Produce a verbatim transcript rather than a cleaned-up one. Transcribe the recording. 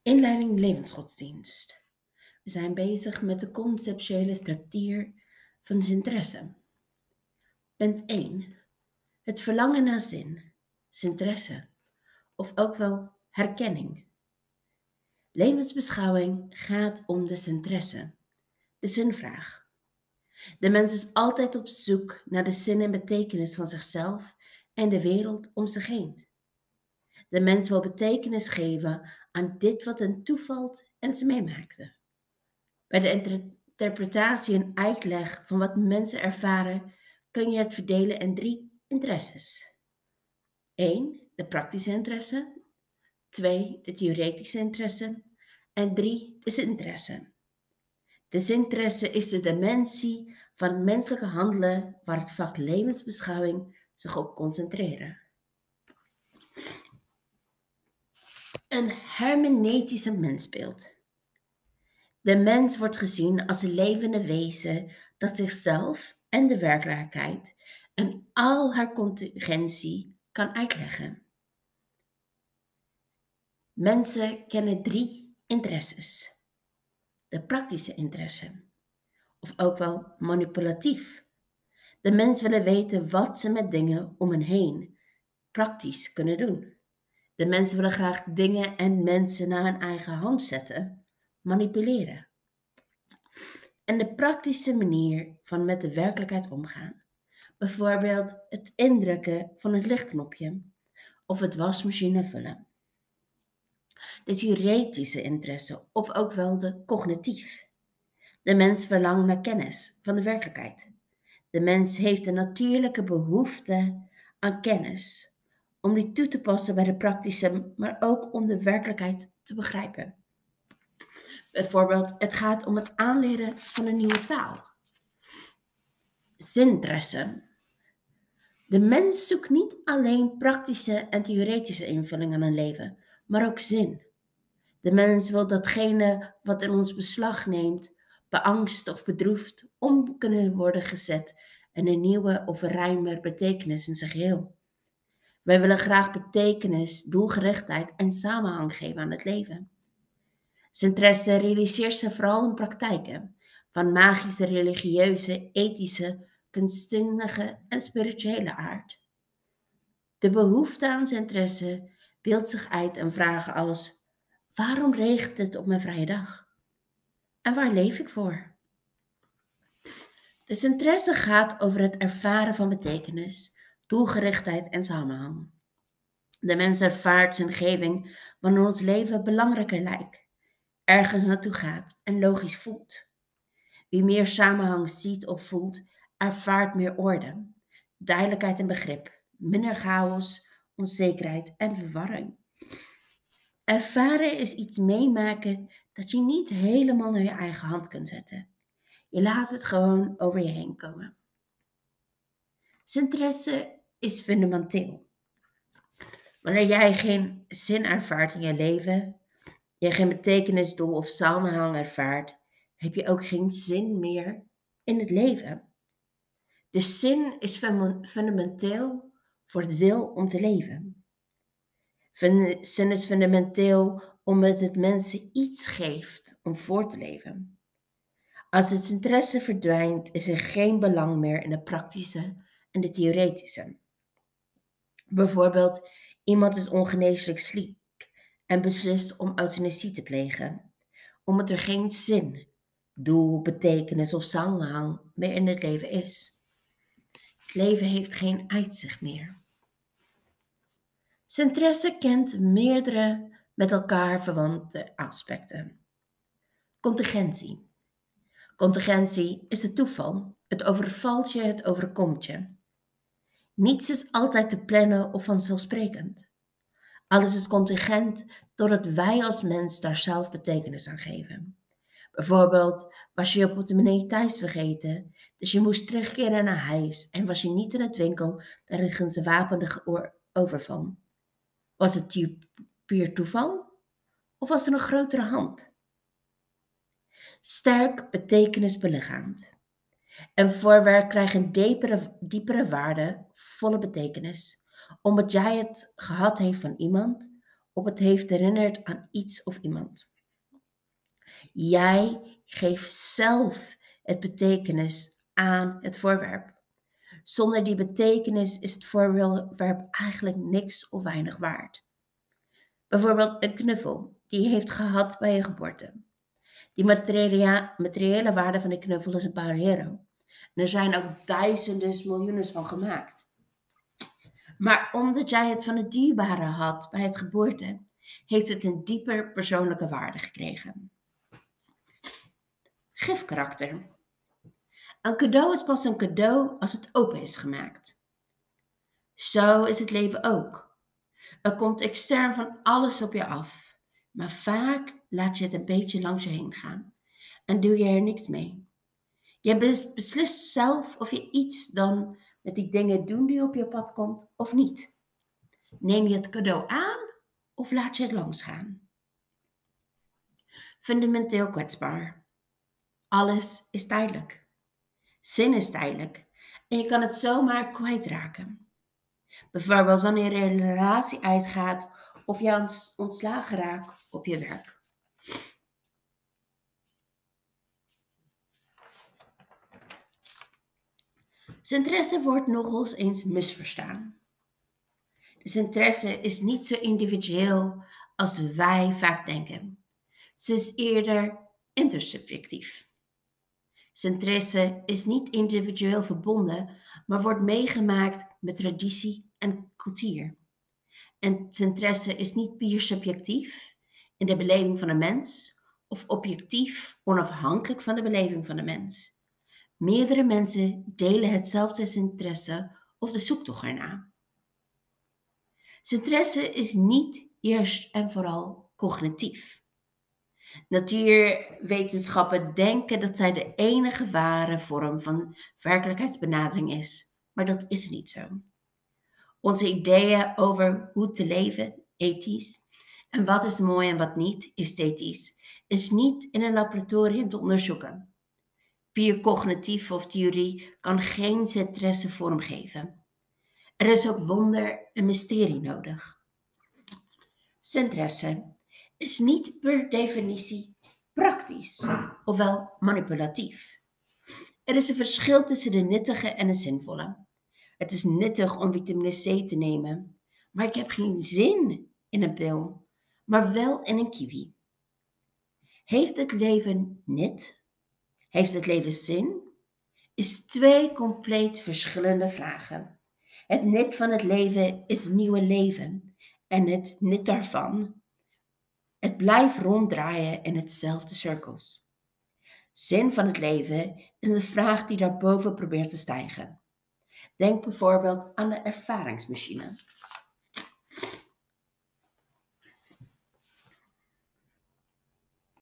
Inleiding levensgodsdienst. We zijn bezig met de conceptuele structuur van zinteresse. Punt één. Het verlangen naar zin, zinteresse, of ook wel herkenning. Levensbeschouwing gaat om de zinteresse, de zinvraag. De mens is altijd op zoek naar de zin en betekenis van zichzelf en de wereld om zich heen. De mens wil betekenis geven aan dit wat hem toevalt en ze meemaakte. Bij de interpretatie en uitleg van wat mensen ervaren kun je het verdelen in drie interesses. één. De praktische interesse. twee. De theoretische interesse. En drie. De zinteresse. De zinteresse is de dimensie van het menselijke handelen waar het vak levensbeschouwing zich op concentreren. Een hermeneutische mensbeeld. De mens wordt gezien als een levende wezen dat zichzelf en de werkelijkheid en al haar contingentie kan uitleggen. Mensen kennen drie interesses. De praktische interesse, of ook wel manipulatief. De mensen willen weten wat ze met dingen om hen heen praktisch kunnen doen. De mensen willen graag dingen en mensen naar hun eigen hand zetten, manipuleren. En de praktische manier van met de werkelijkheid omgaan. Bijvoorbeeld het indrukken van het lichtknopje of het wasmachine vullen. De theoretische interesse of ook wel de cognitief. De mens verlangt naar kennis van de werkelijkheid. De mens heeft een natuurlijke behoefte aan kennis om die toe te passen bij de praktische, maar ook om de werkelijkheid te begrijpen. Bijvoorbeeld, het gaat om het aanleren van een nieuwe taal. Zinteresse. De mens zoekt niet alleen praktische en theoretische invulling aan een leven, maar ook zin. De mens wil datgene wat in ons beslag neemt, beangst of bedroefd, om kunnen worden gezet in een nieuwe of ruimer betekenis in zijn geheel. Wij willen graag betekenis, doelgerichtheid en samenhang geven aan het leven. Zinteresse realiseert zich vooral in praktijken, van magische, religieuze, ethische, kunstzinnige en spirituele aard. De behoefte aan zinteresse beeldt zich uit in vragen als: waarom regent het op mijn vrije dag? En waar leef ik voor? De zinteresse gaat over het ervaren van betekenis, doelgerichtheid en samenhang. De mens ervaart zijn omgeving wanneer ons leven belangrijker lijkt, ergens naartoe gaat en logisch voelt. Wie meer samenhang ziet of voelt, ervaart meer orde, duidelijkheid en begrip, minder chaos, onzekerheid en verwarring. Ervaren is iets meemaken dat je niet helemaal naar je eigen hand kunt zetten. Je laat het gewoon over je heen komen. Zinteresse is fundamenteel. Wanneer jij geen zin ervaart in je leven, je geen betekenis, doel of samenhang ervaart, heb je ook geen zin meer in het leven. De zin is fundamenteel voor het wil om te leven. Zin is fundamenteel omdat het mensen iets geeft om voor te leven. Als het interesse verdwijnt, is er geen belang meer in de praktische en de theoretische. Bijvoorbeeld, iemand is ongeneeslijk ziek en beslist om euthanasie te plegen, omdat er geen zin, doel, betekenis of samenhang meer in het leven is. Het leven heeft geen uitzicht meer. Zinteresse kent meerdere met elkaar verwante aspecten. Contingentie. Contingentie is het toeval. Het overvalt je, het overkomt je. Niets is altijd te plannen of vanzelfsprekend. Alles is contingent doordat wij als mens daar zelf betekenis aan geven. Bijvoorbeeld was je je portemonnee thuis vergeten, dus je moest terugkeren naar huis en was je niet in het winkel wegens een wapende overval. Was het puur toeval of was er een grotere hand? Sterk betekenis belichaamd. Een voorwerp krijgt een diepere, diepere waarde, volle betekenis, omdat jij het gehad heeft van iemand of het heeft herinnerd aan iets of iemand. Jij geeft zelf het betekenis aan het voorwerp. Zonder die betekenis is het voorwerp eigenlijk niks of weinig waard. Bijvoorbeeld een knuffel die je heeft gehad bij je geboorte. Die materiële, materiële waarde van de knuffel is een paar euro. En er zijn ook duizenden, miljoenen van gemaakt. Maar omdat jij het van het dierbare had bij het geboorte, heeft het een dieper persoonlijke waarde gekregen. Gifkarakter. Een cadeau is pas een cadeau als het open is gemaakt. Zo is het leven ook. Er komt extern van alles op je af, maar vaak laat je het een beetje langs je heen gaan en doe je er niks mee. Je beslist zelf of je iets dan met die dingen doet die op je pad komt of niet. Neem je het cadeau aan of laat je het langs gaan? Fundamenteel kwetsbaar. Alles is tijdelijk. Zin is tijdelijk en je kan het zomaar kwijtraken. Bijvoorbeeld wanneer er een relatie uitgaat of je ontslagen raakt op je werk. Interesse wordt nogal eens misverstaan. Dus interesse is niet zo individueel als wij vaak denken. Ze is eerder intersubjectief. Interesse is niet individueel verbonden, maar wordt meegemaakt met traditie en cultuur. En interesse is niet puur subjectief in de beleving van een mens of objectief onafhankelijk van de beleving van de mens. Meerdere mensen delen hetzelfde interesse of de zoektocht erna. Interesse is niet eerst en vooral cognitief. Natuurwetenschappen denken dat zij de enige ware vorm van werkelijkheidsbenadering is, maar dat is niet zo. Onze ideeën over hoe te leven, ethisch, en wat is mooi en wat niet, esthetisch, is niet in een laboratorium te onderzoeken. Puur cognitief of theorie kan geen interesse vormgeven. Er is ook wonder en mysterie nodig. Interesse is niet per definitie praktisch, ofwel manipulatief. Er is een verschil tussen de nuttige en de zinvolle. Het is nuttig om vitamine C te nemen, maar ik heb geen zin in een pil, maar wel in een kiwi. Heeft het leven nut? Heeft het leven zin? Is twee compleet verschillende vragen. Het nut van het leven is het nieuwe leven en het nut daarvan. Het blijft ronddraaien in hetzelfde cirkels. Zin van het leven is een vraag die daarboven probeert te stijgen. Denk bijvoorbeeld aan de ervaringsmachine.